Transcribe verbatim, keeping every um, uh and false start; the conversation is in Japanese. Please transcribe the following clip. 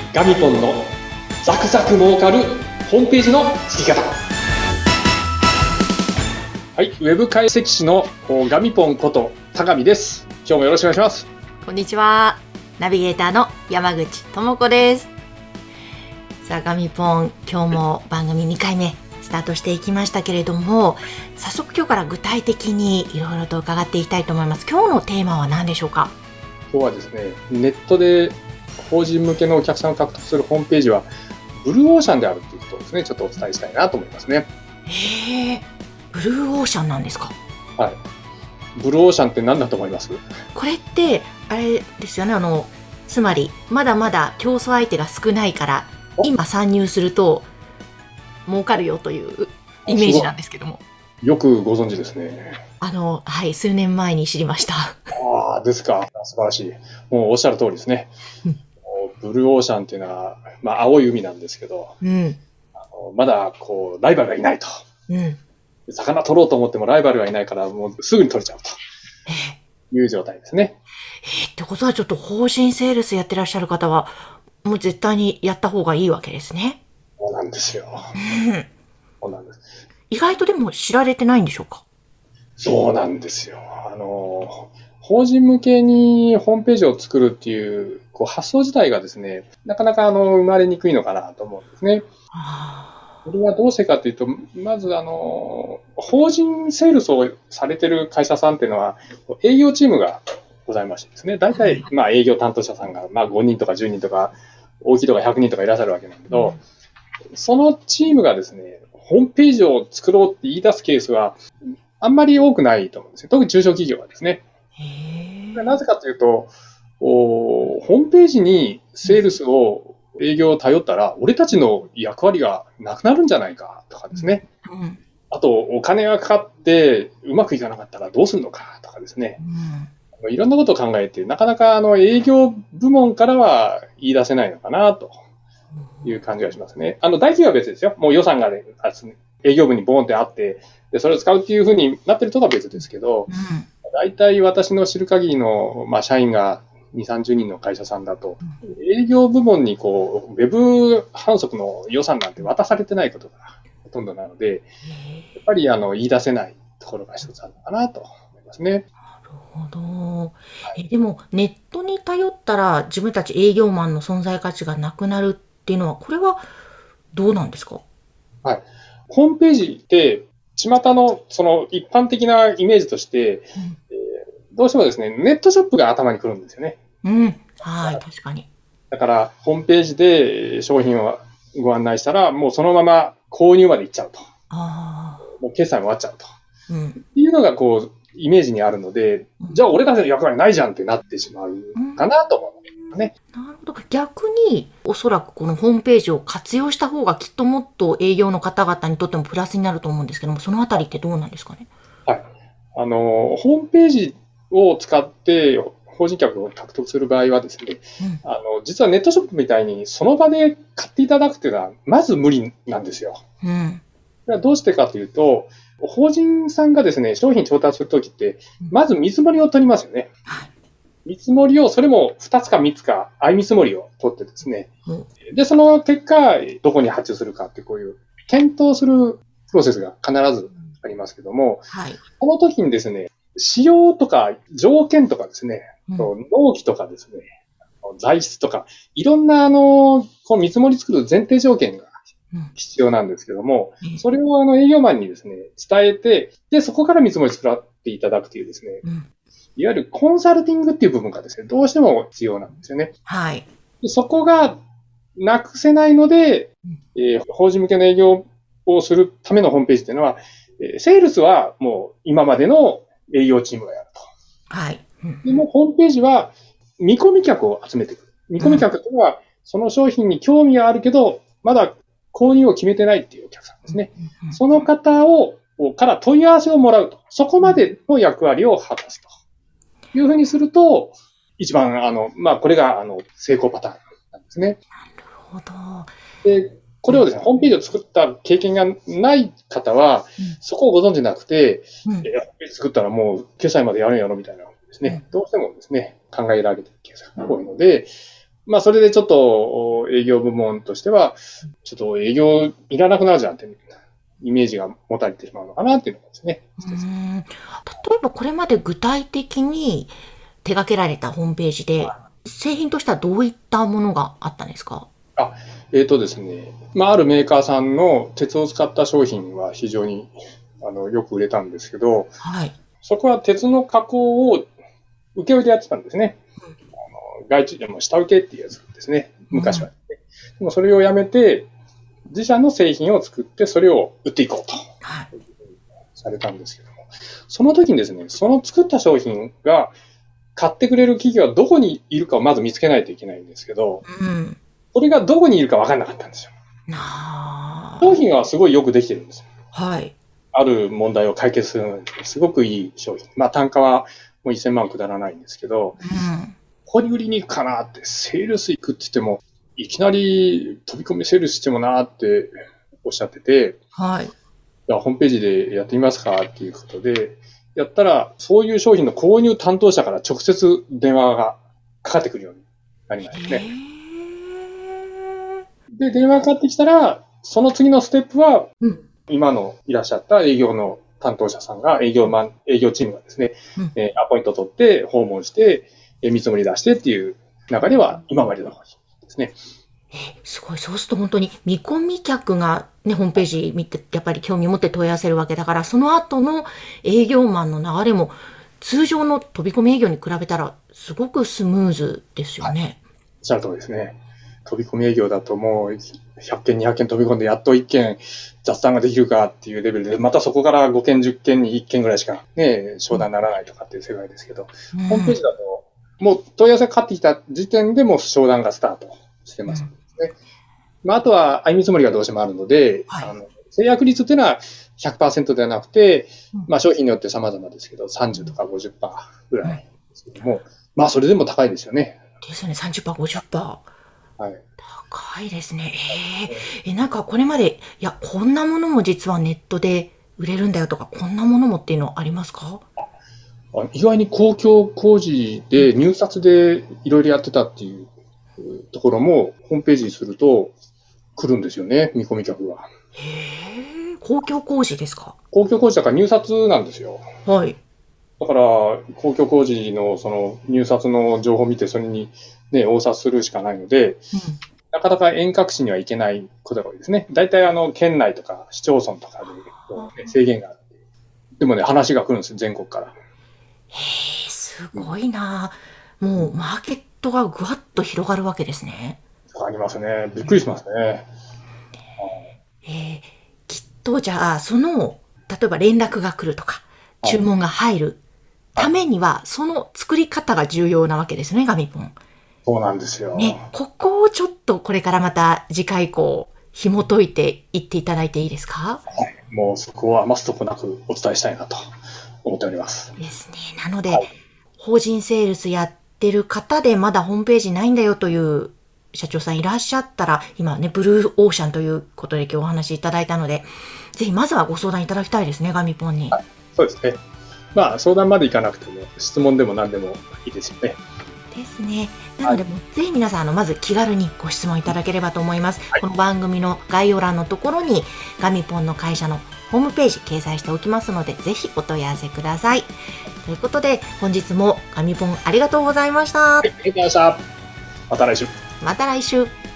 ガミポンのザクザク儲かるホームページの作り方。はい、ウェブ解析士のガミポンこと高見です。今日もよろしくお願いします。 こんにちは。ナビゲーターの山口智子です。さあ、ガミポン、今日も番組にかいめスタートしていきましたけれども、早速今日から具体的にいろいろと伺っていきたいと思います。今日のテーマは何でしょうか？ 今日はですね、ネットで法人向けのお客さんを獲得するホームページはブルーオーシャンであるということをですね、ちょっとお伝えしたいなと思いますね。 へえ、ブルーオーシャンなんですか？ はい。ブルーオーシャンって何だと思います？ これってあれですよね、あのつまりまだまだ競争相手が少ないから今参入すると儲かるよというイメージなんですけども。 よくご存知ですね。 あのはい数年前に知りました。 ああ、ですか。素晴らしい。もうおっしゃる通りですね。ブルーオーシャンっていうのは、まあ、青い海なんですけど、 うん、 あのまだこうライバルがいないと、 うん、 魚取ろうと思ってもライバルがいないからもうすぐに取れちゃうという状態ですね。 えー、ってことはちょっと法人セールスやってらっしゃる方はもう絶対にやった方がいいわけですね。 そうなんですよ。そうなんです。 意外とでも知られてないんでしょうか？ そうなんですよ。あの法人向けにホームページを作るっていう、こう発想自体がですね、なかなかあの生まれにくいのかなと思うんですね。これはどうしてかというと、まずあの法人セールスをされている会社さんっていうのは営業チームがございましてですね、大体まあ営業担当者さんがまあごにんとかじゅうにんとか大きいとかひゃくにんとかいらっしゃるわけなんだけど、うん、そのチームがですね、ホームページを作ろうって言い出すケースはあんまり多くないと思うんですよ。特に中小企業はですね。なぜかというと、ホームページにセールスを営業を頼ったら、俺たちの役割がなくなるんじゃないかとかですね。うんうん、あと、お金がかかってうまくいかなかったらどうするのかとかですね。うん、いろんなことを考えて、なかなかあの営業部門からは言い出せないのかなという感じがしますね。あの、大企業は別ですよ。もう予算が、ね、営業部にボーンってあって、でそれを使うっていうふうになってるとかは別ですけど、うん、大体私の知る限りの、まあ、社員がに、さんじゅうにんの会社さんだと、営業部門にこう、ウェブ販促の予算なんて渡されてないことがほとんどなので、やっぱりあの言い出せないところが一つあるのかなと思いますね。 なるほど。はい、えでもネットに頼ったら自分たち営業マンの存在価値がなくなるっていうのは、これはどうなんですか？ はい。ホームページって、巷のその一般的なイメージとして、うん、えー、どうしてもですね、ネットショップが頭に来るんですよね。 うん。はい、確かに。 だから、ホームページで商品をご案内したら、もうそのまま購入まで行っちゃうと。あもう決済も終わっちゃうと。うん、っていうのが、こう、イメージにあるので、うん、じゃあ俺たちの役割ないじゃんってなってしまうかなと思うんですね。 なるほど。逆に、おそらくこのホームページを活用した方がきっともっと営業の方々にとってもプラスになると思うんですけども、そのあたりってどうなんですかね？ はい。あの、ホームページを使って法人客を獲得する場合はですね、うん、あの、実はネットショップみたいにその場で買っていただくというのは、まず無理なんですよ。うん、どうしてかというと、法人さんがですね、商品調達するときって、まず見積もりを取りますよね。はい見積もりを、それもふたつかみっつか、相見積もりを取ってですね、うん、で、その結果、どこに発注するかってこういう、検討するプロセスが必ずありますけども、はい、この時にですね、仕様とか条件とかですね、うん、納期とかですね、材質とか、いろんなあの、この見積もり作る前提条件が必要なんですけども、うん、それをあの営業マンにですね、伝えて、で、そこから見積もり作っていただくというですね、うんいわゆるコンサルティングっていう部分がですね、どうしても必要なんですよね。はい。そこがなくせないので、えー、法人向けの営業をするためのホームページっていうのは、えー、セールスはもう今までの営業チームがやると。はい。うん、でもホームページは見込み客を集めてくる。見込み客っていうのは、その商品に興味があるけど、まだ購入を決めてないっていうお客さんですね。うん、その方を、から問い合わせをもらうと。そこまでの役割を果たすと。いうふうにすると、一番、あの、まあ、これが、あの、成功パターンなんですね。 なるほど。 で、これをですね、ホームページを作った経験がない方は、うん、そこをご存知なくて、うん、えー、ホームページ作ったらもう、決済までやるんやろみたいなですね、うん、どうしてもですね、考えられているケースが多いので、 まあ、それでちょっと営業部門としては、ちょっと営業いらなくなるじゃんってイメージが持たれてしまうのかなっていうのがですね。 うーん例えばこれまで具体的に手掛けられたホームページで、製品としてはどういったものがあったんですか？ あ、えーとですね、まあ、あるメーカーさんの鉄を使った商品は非常にあのよく売れたんですけど、 はい。 そこは鉄の加工を請負でやってたんですね。 うんあの外注でも下請けっていうやつですね、昔は、ねでもそれをやめて、自社の製品を作ってそれを売っていこうとはい。 されたんですけども、その時にですね、その作った商品が買ってくれる企業はどこにいるかをまず見つけないといけないんですけど、 うん。 それがどこにいるか分かんなかったんですよ。 な商品はすごいよくできてるんですよ。 はい。 ある問題を解決するのにすごくいい商品。まあ単価はもうせんまんくだらないんですけど、 うん。 ここに売りに行くかなって、セールス行くって言っても、いきなり飛び込みセールスしてもなっておっしゃってて、 はい。 じゃあホームページでやってみますかっていうことで、やったら、そういう商品の購入担当者から直接電話がかかってくるようになりましたへね。 え。 で、電話がかかってきたら、その次のステップは、 うん。 今のいらっしゃった営業の担当者さんが、営業マン、営業チームがですね、 うんえーアポイント取って、訪問して、えー見積もり出してっていう流れは今までのですね。 え、すごい。そうすると本当に見込み客がね、ホームページ見て、やっぱり興味を持って問い合わせるわけだから、その後の営業マンの流れも、通常の飛び込み営業に比べたら、すごくスムーズですよね。 おっしゃる通りですね。飛び込み営業だともうひゃっけん、にひゃっけん飛び込んでやっといっけん雑談ができるかっていうレベルで、またそこからごけん、じゅっけんにいっけんぐらいしかね、商談にならないとかっていう世界ですけど、 うんホームページだと、もう問い合わせがかかってきた時点でもう商談がスタートしてますのでね。まあ、あとは相見積もりがどうしてもあるので、 はいあの制約率っていうのは ひゃくパーセント ではなくて、 うんまあ、商品によって様々ですけど、さんじゅうとか ごじゅっパーセント ぐらいですけども、まあ、それでも高いですよね。 ですよね。さんじゅっパーセント、ごじゅっパーセント。 はい。 高いですね。えー、え、なんかこれまで、いや、こんなものも実はネットで売れるんだよとか、こんなものもっていうのありますか？ あ意外に公共工事で入札でいろいろやってたっていうところもホームページにすると来るんですよね、見込み客が。 へえ、公共工事ですか？ 公共工事だから入札なんですよ。 はい。 だから公共工事のその入札の情報を見てそれにね、応札するしかないので、 うん。 なかなか遠隔地には行けないことが多いですね。大体あの県内とか市町村とかでこう、ね、制限がある。でもね、話が来るんですよ、全国から。 へえ、すごいな。もうマーケットがぐわっと広がるわけですね。 ありますね。びっくりしますね。 えー、きっとじゃあ、その、例えば連絡が来るとか、注文が入るためには、その作り方が重要なわけですね、ガミポン。 そうなんですよ。 ね、ここをちょっとこれからまた次回以降、紐解いていっていただいていいですか？ もうそこは余すとこなくお伝えしたいなと思っております。 ですね。なので、 はい法人セールスやってる方でまだホームページないんだよという社長さんいらっしゃったら、今ね、ブルーオーシャンということで今日お話しいただいたので、ぜひまずはご相談いただきたいですね、ガミポンに。 そうですね。まあ相談までいかなくても質問でも何でもいいですよね。 ですね。なので、もうぜひ皆さん、あの、まず気軽にご質問いただければと思います。この番組の概要欄のところに、ガミポンの会社のホームページ掲載しておきますので、ぜひお問い合わせください。ということで、本日もガミポンありがとうございました。 はい、ありがとうございました。また来週。 また来週。